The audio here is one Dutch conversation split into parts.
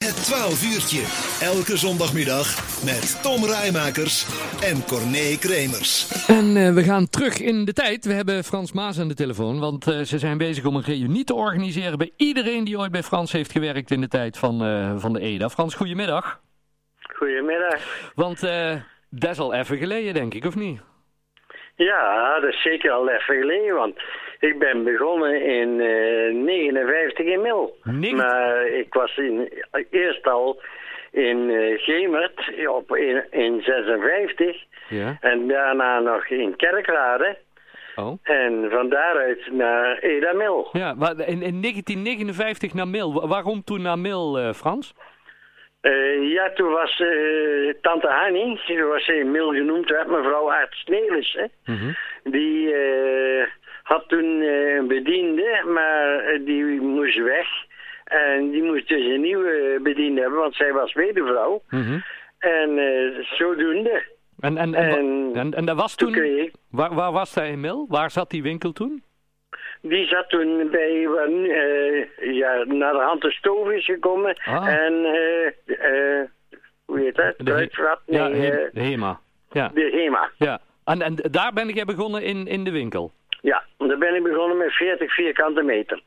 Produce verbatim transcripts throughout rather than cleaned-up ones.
Het twaalf uurtje. Elke zondagmiddag met Tom Rijmakers en Corné Kremers. En uh, we gaan terug in de tijd. We hebben Frans Maas aan de telefoon. Want uh, ze zijn bezig om een reunie te organiseren bij iedereen die ooit bij Frans heeft gewerkt in de tijd van, uh, van de E D A. Frans, goedemiddag. Goedemiddag. Want uh, dat is al even geleden, denk ik, of niet? Ja, dat is zeker al even geleden, want ik ben begonnen in uh, negenenvijftig in Mil. Nee. Maar ik was in, eerst al in uh, Gemert op in, in zesenvijftig Ja. En daarna nog in Kerkrade. Oh. En van daaruit naar E D A Mil. Ja, maar in, in negentien negenenvijftig naar Mil. Waarom toen naar Mil, uh, Frans? Uh, ja, toen was uh, tante Hannie, zoals ze in Mil genoemd werd, mevrouw Aerts Nelissen. Mm-hmm. Die uh, had toen uh, een bediende, maar uh, die moest weg. En die moest dus een nieuwe bediende hebben, want zij was wedervrouw. Mm-hmm. En uh, zodoende. En, en, en, En, en, en dat was toen toen... kreeg ik... Waar, waar was hij in Mil? Waar zat die winkel toen? Die zat toen bij, uh, ja, naar de hand de stoof is gekomen. Ah. En, uh, uh, hoe heet dat? De, Kruidvat? ja, Nee, He- uh, de Hema. Ja. de Hema. Ja. En, en daar ben ik begonnen in, in de winkel. Ja, daar ben ik begonnen met veertig vierkante meter.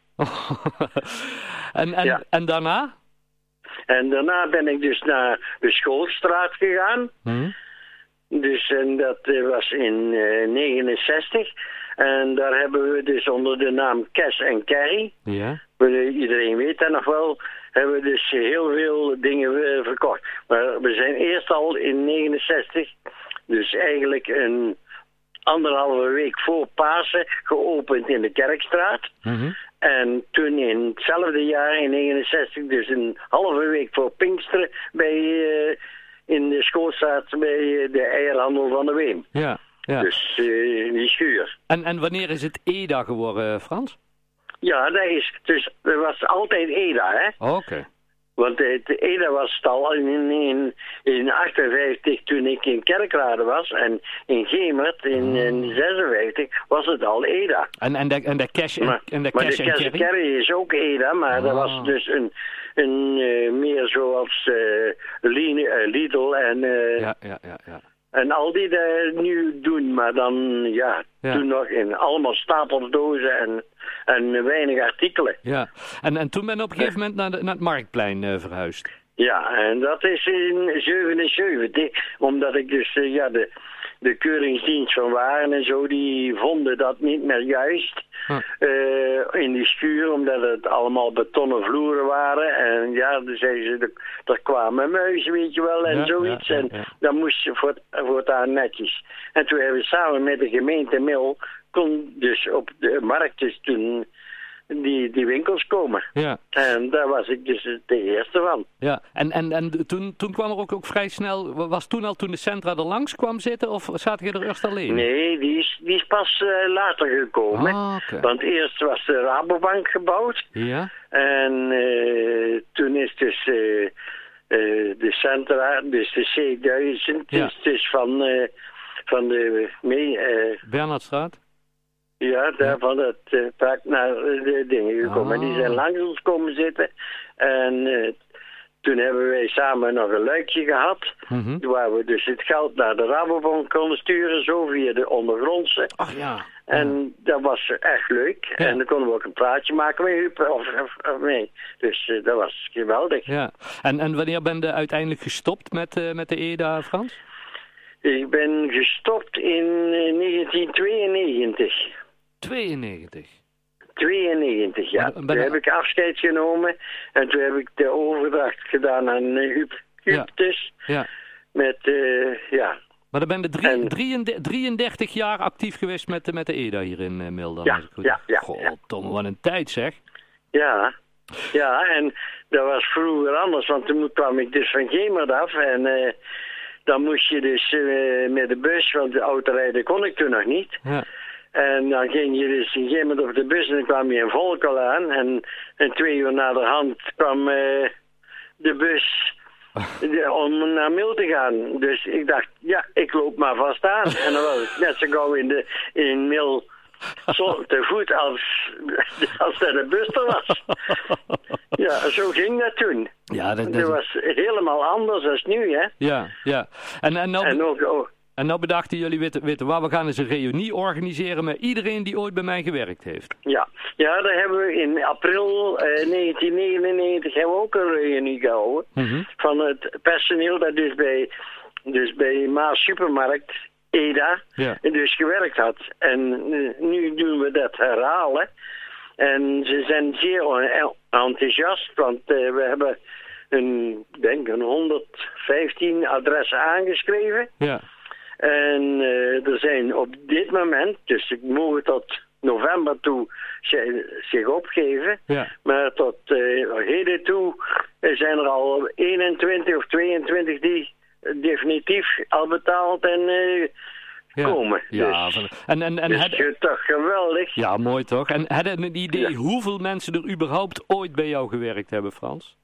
en, en, Ja. en daarna? En daarna ben ik dus naar de Schoolstraat gegaan. Hm? Dus en dat uh, was in uh, negenenzestig. En daar hebben we dus onder de naam Kes en Kerry, Ja. iedereen weet dat nog wel, hebben we dus heel veel dingen uh, verkocht. Maar we zijn eerst al in negenenzestig, dus eigenlijk een anderhalve week voor Pasen, geopend in de Kerkstraat. Mm-hmm. En toen in hetzelfde jaar, in negenenzestig, dus een halve week voor Pinksteren, bij, uh, in de Schoolstraat bij de eierhandel van de Weem. Ja. Ja. Dus uh, die schuur. En, en wanneer is het E D A geworden, Frans? Ja, dat is, dus er was altijd E D A, hè. Oh, oké. Okay. Want het E D A was het al in, in, in achtenvijftig toen ik in Kerkrade was. En in Gemert in, Oh. in zesenvijftig was het al E D A. En, en, de, en de cash en, Maar, en de maar cash de en Cash carry? Carry is ook E D A, maar Oh. dat was dus een, een uh, meer zoals uh, Lidl en... Uh, Ja, ja, ja, ja. En al die dat nu doen, maar dan, ja, Ja. toen nog in allemaal stapelsdozen en, en weinig artikelen. Ja. En, en toen ben je op een gegeven moment naar, de, naar het Marktplein uh, verhuisd. Ja, en dat is in zevenenzeventig, omdat ik dus, uh, ja, de, de keuringsdienst van waren en zo, die vonden dat niet meer juist Huh. uh, in die schuur, omdat het allemaal betonnen vloeren waren. En ja, dan zeiden ze, er, er kwamen muizen, weet je wel, en Ja, zoiets. ja, ja, En ja. dan moest je voor, voortaan netjes. En toen hebben we samen met de gemeente Mil, kon dus op de markt dus toen die, die winkels komen. Ja. En daar was ik dus de eerste van. Ja. En, en, en toen, toen kwam er ook, ook vrij snel... Was toen al toen de Centra er langs kwam zitten of zat je er eerst alleen? Nee, die is, die is pas uh, later gekomen. Ah, oké. Want eerst was de Rabobank gebouwd. Ja? En uh, toen is dus uh, uh, de Centra, dus de C duizend, Ja. is dus van, uh, van de... mee. Uh, Bernhardstraat? Ja, daar van het uh, park naar de dingen gekomen. Ah. Die zijn langs ons komen zitten. En uh, toen hebben wij samen nog een luikje gehad. Mm-hmm. Waar we dus het geld naar de Rabobank konden sturen, zo via de ondergrondse. Ach ja. En dat was echt leuk. Ja. En dan konden we ook een praatje maken met Huub of, of, of mee. Dus uh, dat was geweldig. Ja. En, en wanneer ben je uiteindelijk gestopt met, uh, met de E D A, Frans? Ik ben gestopt in uh, negentien tweeënnegentig. tweeënnegentig. tweeënnegentig, ja. Maar ben Toen je- heb ik afscheid genomen en toen heb ik de overdracht gedaan aan uh, Huub, Huub Ja. dus. Ja. Met, uh, ja, Maar dan ben je drie, En- drieëndertig, drieëndertig jaar actief geweest met, de- met de E D A hier in uh, Mil dan, Ja, als ik goed ja, ja, Goddomme, wat een tijd zeg. ja. Ja, en dat was vroeger anders, want toen kwam ik dus van Gemert af en uh, dan moest je dus uh, met de bus, want de autorijden kon ik toen nog niet. Ja. En dan ging je dus in Gemert op de bus en dan kwam je in Volkel aan. En, en twee uur na de hand kwam uh, de bus de, om naar Mil te gaan. Dus ik dacht, ja, ik loop maar vast aan. En dan was ik net zo gauw in, de, in Mil zo te voet als, als dat de bus er was. Ja, zo ging dat toen. Ja, dat, dat... dat was helemaal anders dan nu, hè. Ja, ja. En, en, nou, en, ook, ook, en nou bedachten jullie, weten, weten waar, we gaan eens een reunie organiseren met iedereen die ooit bij mij gewerkt heeft. Ja, ja daar hebben we in april eh, negentien negenennegentig hebben we ook een reunie gehouden. Mm-hmm. Van het personeel dat dus bij, dus bij Maas Supermarkt, Eda, ja. dus gewerkt had. En uh, nu doen we dat herhalen. En ze zijn zeer enthousiast, want uh, we hebben een, denk een honderdvijftien adressen aangeschreven. Ja. En uh, er zijn op dit moment, dus ik mogen tot november toe zich opgeven. Ja. Maar tot uh, heden toe zijn er al eenentwintig of tweeëntwintig die definitief al betaald en uh, ja. komen. Ja, dus, van, en, en, en dus had, het is toch geweldig. Ja, mooi toch? En had je een idee ja. hoeveel mensen er überhaupt ooit bij jou gewerkt hebben, Frans?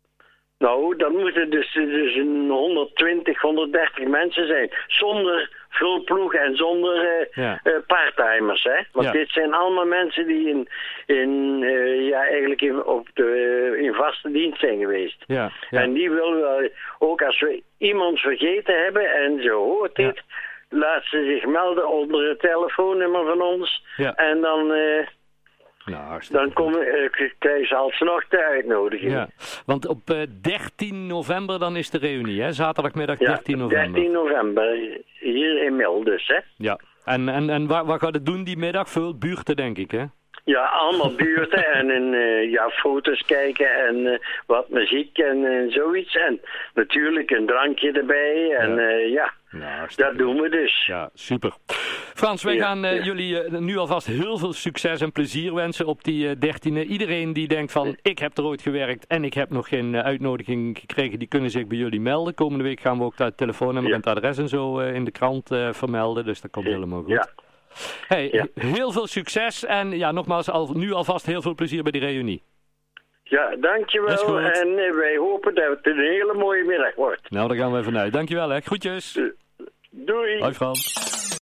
Nou, dan moeten dus, dus een honderdtwintig, honderddertig mensen zijn. Zonder vulploeg en zonder uh, ja. uh, parttimers, hè. Want ja. dit zijn allemaal mensen die in, in, uh, ja, eigenlijk in, op de, in vaste dienst zijn geweest. Ja. Ja. En die willen we, ook als we iemand vergeten hebben en ze hoort dit, ja. laat ze zich melden onder het telefoonnummer van ons. Ja. En dan... Uh, Nou, dan komen, uh, krijgen ze alsnog de uitnodiging. Ja, want op uh, dertien november dan is de reunie, hè? Zaterdagmiddag dertien november. dertien november, hier in Mil dus, hè? Ja, en, en, en waar, waar gaat het doen die middag? Veel buurten, denk ik, hè? Ja, allemaal buurten en in, uh, ja, foto's kijken en uh, wat muziek en uh, zoiets. En natuurlijk een drankje erbij en ja, uh, ja nou, dat doen we dus. Ja, super. Frans, wij ja, gaan uh, ja. jullie uh, nu alvast heel veel succes en plezier wensen op die uh, dertiende. Iedereen die denkt van, ik heb er ooit gewerkt en ik heb nog geen uh, uitnodiging gekregen, die kunnen zich bij jullie melden. Komende week gaan we ook dat telefoonnummer ja. en het adres en zo uh, in de krant uh, vermelden, dus dat komt helemaal goed. Ja. Hey, ja. heel veel succes en ja, nogmaals, al, nu alvast heel veel plezier bij die reunie. Ja, dankjewel en uh, wij hopen dat het een hele mooie middag wordt. Nou, daar gaan we even uit. Dankjewel hè, groetjes. Uh, doei. Hoi Frans.